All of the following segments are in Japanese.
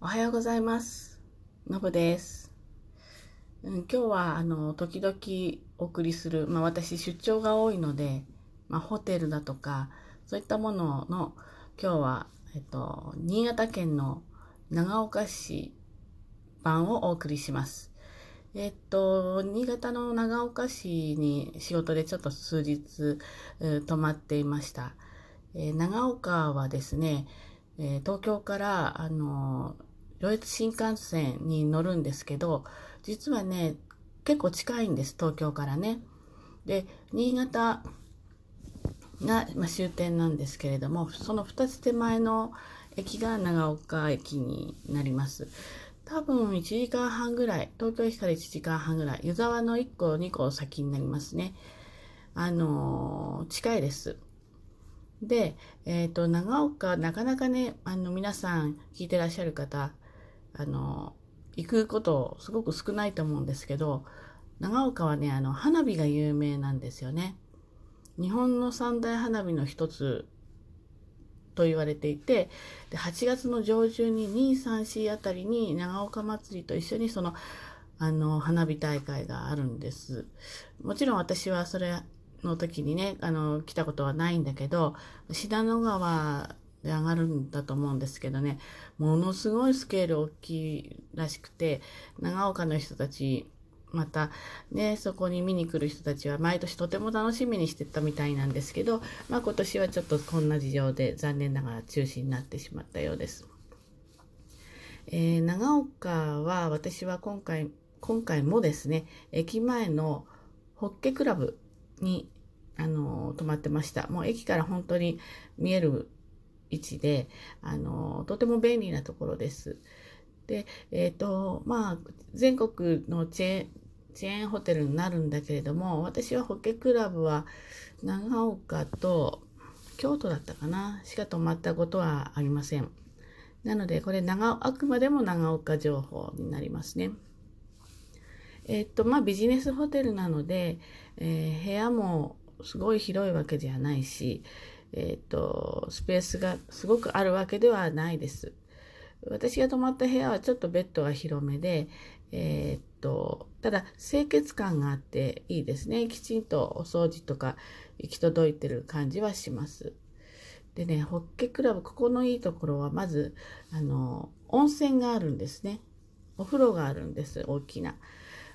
おはようございます。のぶです。今日は時々お送りする、私出張が多いので、ホテルだとかそういったものの今日は新潟県の長岡市版をお送りします。新潟の長岡市に仕事でちょっと数日、泊まっていました。長岡はですね、東京から上越新幹線に乗るんですけど、実はね、結構近いんです、東京からね。で、新潟が、終点なんですけれども、その2つ手前の駅が長岡駅になります。多分1時間半ぐらい、東京駅から1時間半ぐらい、湯沢の1個、2個先になりますね。近いです。で、長岡、なかなかね、皆さん聞いてらっしゃる方、行くことすごく少ないと思うんですけど、長岡はね、花火が有名なんですよね。日本の三大花火の一つと言われていて、で8月の上旬に2、3、4あたりに長岡祭りと一緒に花火大会があるんです。もちろん私はそれの時にね、来たことはないんだけど、信濃川で上がるんだと思うんですけどね、ものすごいスケール大きいらしくて、長岡の人たち、またね、そこに見に来る人たちは毎年とても楽しみにしてたみたいなんですけど、今年はちょっとこんな事情で残念ながら中止になってしまったようです。長岡は私は今回もですね、駅前のホッケクラブに泊まってました。もう駅から本当に見える位置で、とても便利なところです。で、全国のチェーンホテルになるんだけれども、私はホッケクラブは長岡と京都だったかなしか泊まったことはありません。なのでこれあくまでも長岡情報になりますね。ビジネスホテルなので、部屋もすごい広いわけじゃないし、スペースがすごくあるわけではないです。私が泊まった部屋はちょっとベッドが広めで、ただ清潔感があっていいですね。きちんとお掃除とか行き届いてる感じはします。でね、ホッケクラブ、ここのいいところはまず温泉があるんですね。お風呂があるんです、大きな。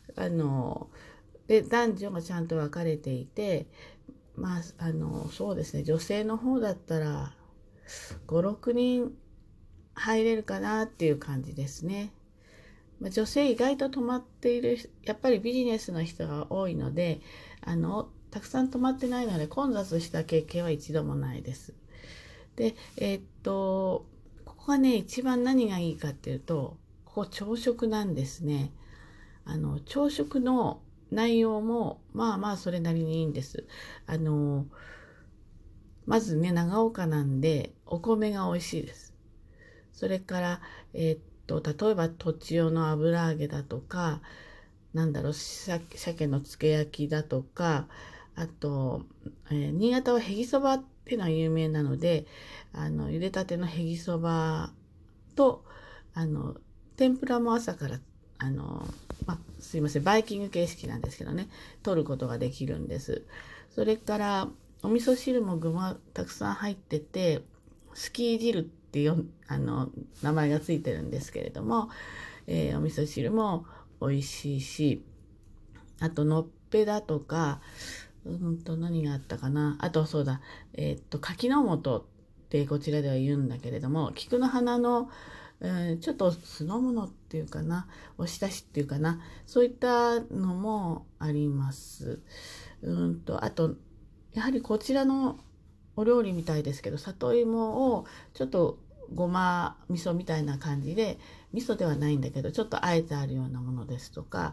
で男女がちゃんと分かれていて、そうですね、女性の方だったら56人入れるかなっていう感じですね。女性意外と泊まっている、やっぱりビジネスの人が多いので、たくさん泊まってないので混雑した経験は一度もないです。で、ここがね、一番何がいいかっていうと、ここ朝食なんですね。朝食の内容もそれなりにいいんです。まずね、長岡なんでお米が美味しいです。それから、例えばとちおの油揚げだとか、鮭のつけ焼きだとか、あと、新潟はへぎそばっていうのは有名なので、茹でたてのへぎそばと、天ぷらも朝からすいません、バイキング形式なんですけどね、取ることができるんです。それからお味噌汁も具がたくさん入ってて、スキー汁っていう名前がついてるんですけれども、お味噌汁も美味しいし、あとのっぺだとか、何があったかな、あとそうだ、柿の本ってこちらでは言うんだけれども、菊の花のちょっと酢の物っていうかな、おひたしっていうかな、そういったのもあります。あとやはりこちらのお料理みたいですけど、里芋をちょっとごま味噌みたいな感じで、味噌ではないんだけどちょっとあえてあるようなものですとか、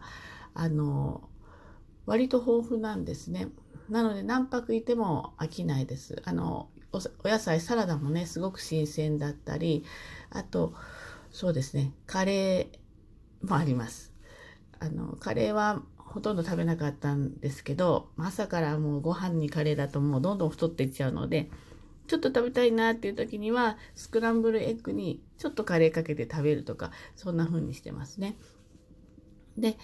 割と豊富なんですね。なので何泊いても飽きないです。お野菜サラダもねすごく新鮮だったり、あとそうですね、カレーもあります。カレーはほとんど食べなかったんですけど、朝からもうご飯にカレーだともうどんどん太っていっちゃうので、 ちょっと食べたいなっていう時にはスクランブルエッグにちょっとカレーかけて食べるとか、そんな風にしてますね。で、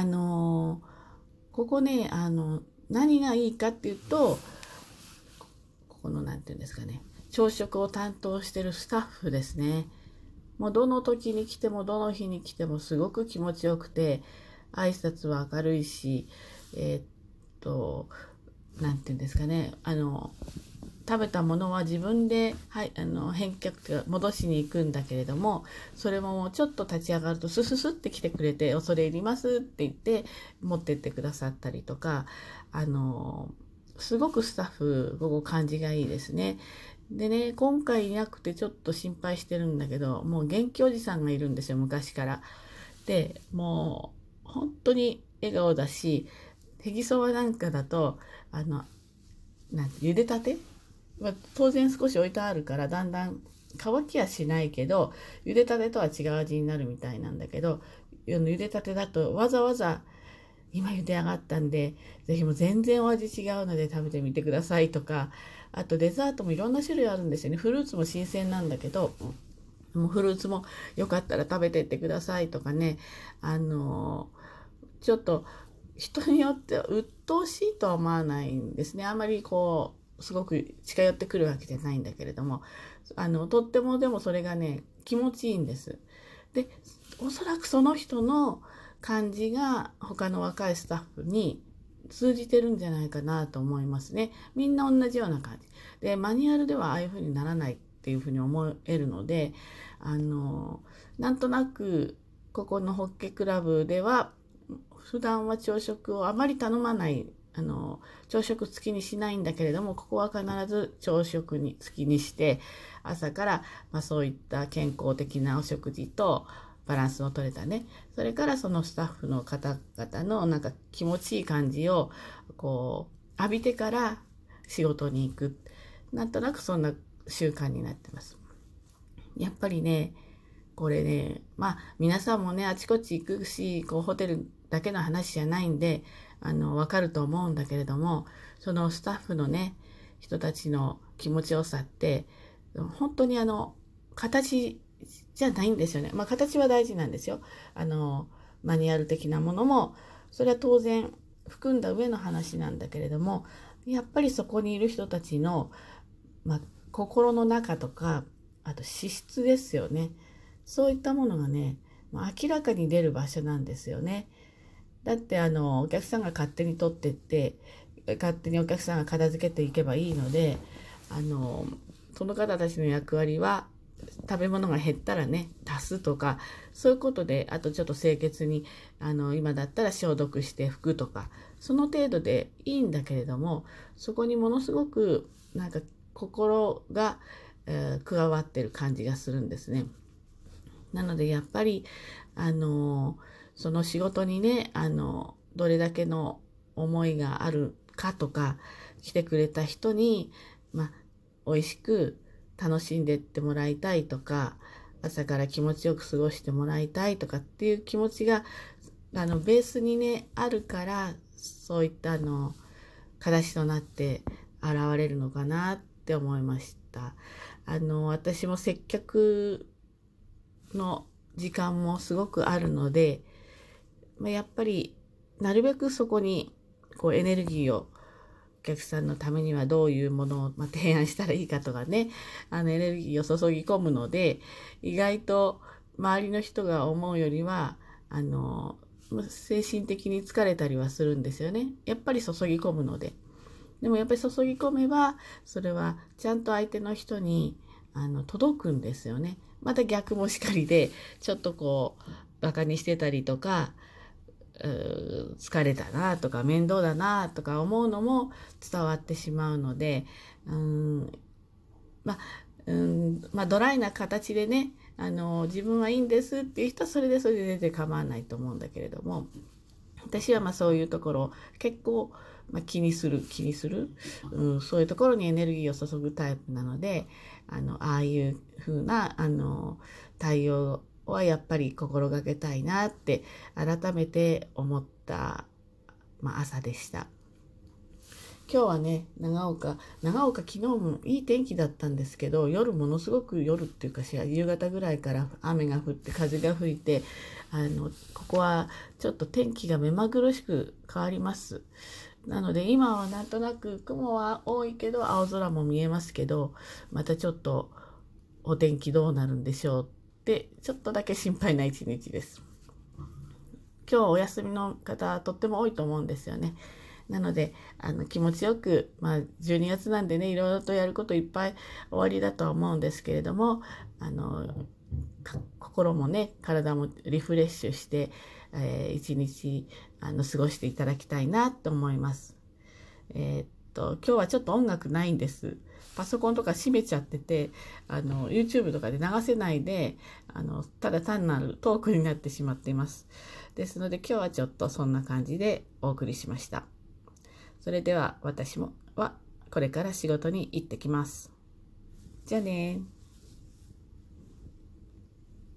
ここね、何がいいかっていうと、ここのなんていうんですかね、朝食を担当してるスタッフですね。もうどの時に来てもどの日に来てもすごく気持ちよくて、挨拶は明るいし、えーっと、なんていうんですかね、食べたものは自分で、はい、返却というか戻しに行くんだけれども、それもちょっと立ち上がるとスススって来てくれて、恐れ入りますって言って持ってってくださったりとか、すごくスタッフここ感じがいいですね。でね、今回いなくてちょっと心配してるんだけど、もう元気おじさんがいるんですよ、昔から。で、もう本当に笑顔だし、へぎそばなんかだと、茹でたては当然少し置いてあるからだんだん乾きはしないけど、茹でたてとは違う味になるみたいなんだけど、茹でたてだとわざわざ今茹で上がったんで、ぜひもう全然お味違うので食べてみてくださいとか、あとデザートもいろんな種類あるんですよね。フルーツも新鮮なんだけど、もうフルーツもよかったら食べてってくださいとかね、ちょっと人によっては鬱陶しいとは思わないんですね。あんまりこう、すごく近寄ってくるわけじゃないんだけれども、とってもでもそれがね、気持ちいいんです。で、おそらくその人の感じが他の若いスタッフに通じてるんじゃないかなと思いますね。みんな同じような感じ。で、マニュアルではああいう風にならないっていう風に思えるので、なんとなく、ここのホッケクラブでは、普段は朝食をあまり頼まない、朝食付きにしないんだけれども、ここは必ず朝食に付きにして、朝から、そういった健康的なお食事と、バランスの取れたね、それからそのスタッフの方々のなんか気持ちいい感じをこう浴びてから仕事に行く、なんとなくそんな習慣になってます。やっぱりね、これね、皆さんもね、あちこち行くし、こうホテルだけの話じゃないんで、わかると思うんだけれども、そのスタッフのね、人たちの気持ちよさって、本当に形じゃないんですよね。形は大事なんですよ。マニュアル的なものも、それは当然含んだ上の話なんだけれども、やっぱりそこにいる人たちの、心の中とか、あと資質ですよね。そういったものがね、明らかに出る場所なんですよね。だってお客さんが勝手に取ってって、勝手にお客さんが片付けていけばいいので、その方たちの役割は、食べ物が減ったらね、足すとか、そういうことで、あとちょっと清潔に、今だったら消毒して拭くとか、その程度でいいんだけれども、そこにものすごく、なんか心が、加わってる感じがするんですね。なのでやっぱりその仕事にねどれだけの思いがあるかとか、来てくれた人に美味しく楽しんでってもらいたいとか、朝から気持ちよく過ごしてもらいたいとかっていう気持ちがベースにねあるから、そういった形となって現れるのかなって思いました。私も接客の時間もすごくあるので、やっぱりなるべくそこにこうエネルギーを、お客さんのためにはどういうものを提案したらいいかとかね、エネルギーを注ぎ込むので、意外と周りの人が思うよりは精神的に疲れたりはするんですよね。やっぱり注ぎ込むので。でもやっぱり注ぎ込めば、それはちゃんと相手の人に届くんですよね。また逆もしかりで、ちょっとこうバカにしてたりとか、疲れたなとか面倒だなとか思うのも伝わってしまうので、ドライな形でね、自分はいいんですっていう人はそれで全然構わないと思うんだけれども、私はそういうところを結構、気にする、そういうところにエネルギーを注ぐタイプなので、ああいう風な対応はやっぱり心がけたいなって改めて思った、朝でした。 今日はね、長岡昨日もいい天気だったんですけど、夜ものすごく夜っていうか夕方ぐらいから雨が降って風が吹いて、ここはちょっと天気が目まぐるしく変わります。なので今はなんとなく雲は多いけど青空も見えますけど、またちょっとお天気どうなるんでしょうってちょっとだけ心配な一日です。今日お休みの方とっても多いと思うんですよね。なので気持ちよく、12月なんでね、いろいろとやることいっぱい終わりだとは思うんですけれども、心もね体もリフレッシュして、一日過ごしていただきたいなと思います。今日はちょっと音楽ないんです。パソコンとか閉めちゃってて、YouTube とかで流せないで、ただ単なるトークになってしまっています。ですので今日はちょっとそんな感じでお送りしました。それでは私はこれから仕事に行ってきます。じゃあね。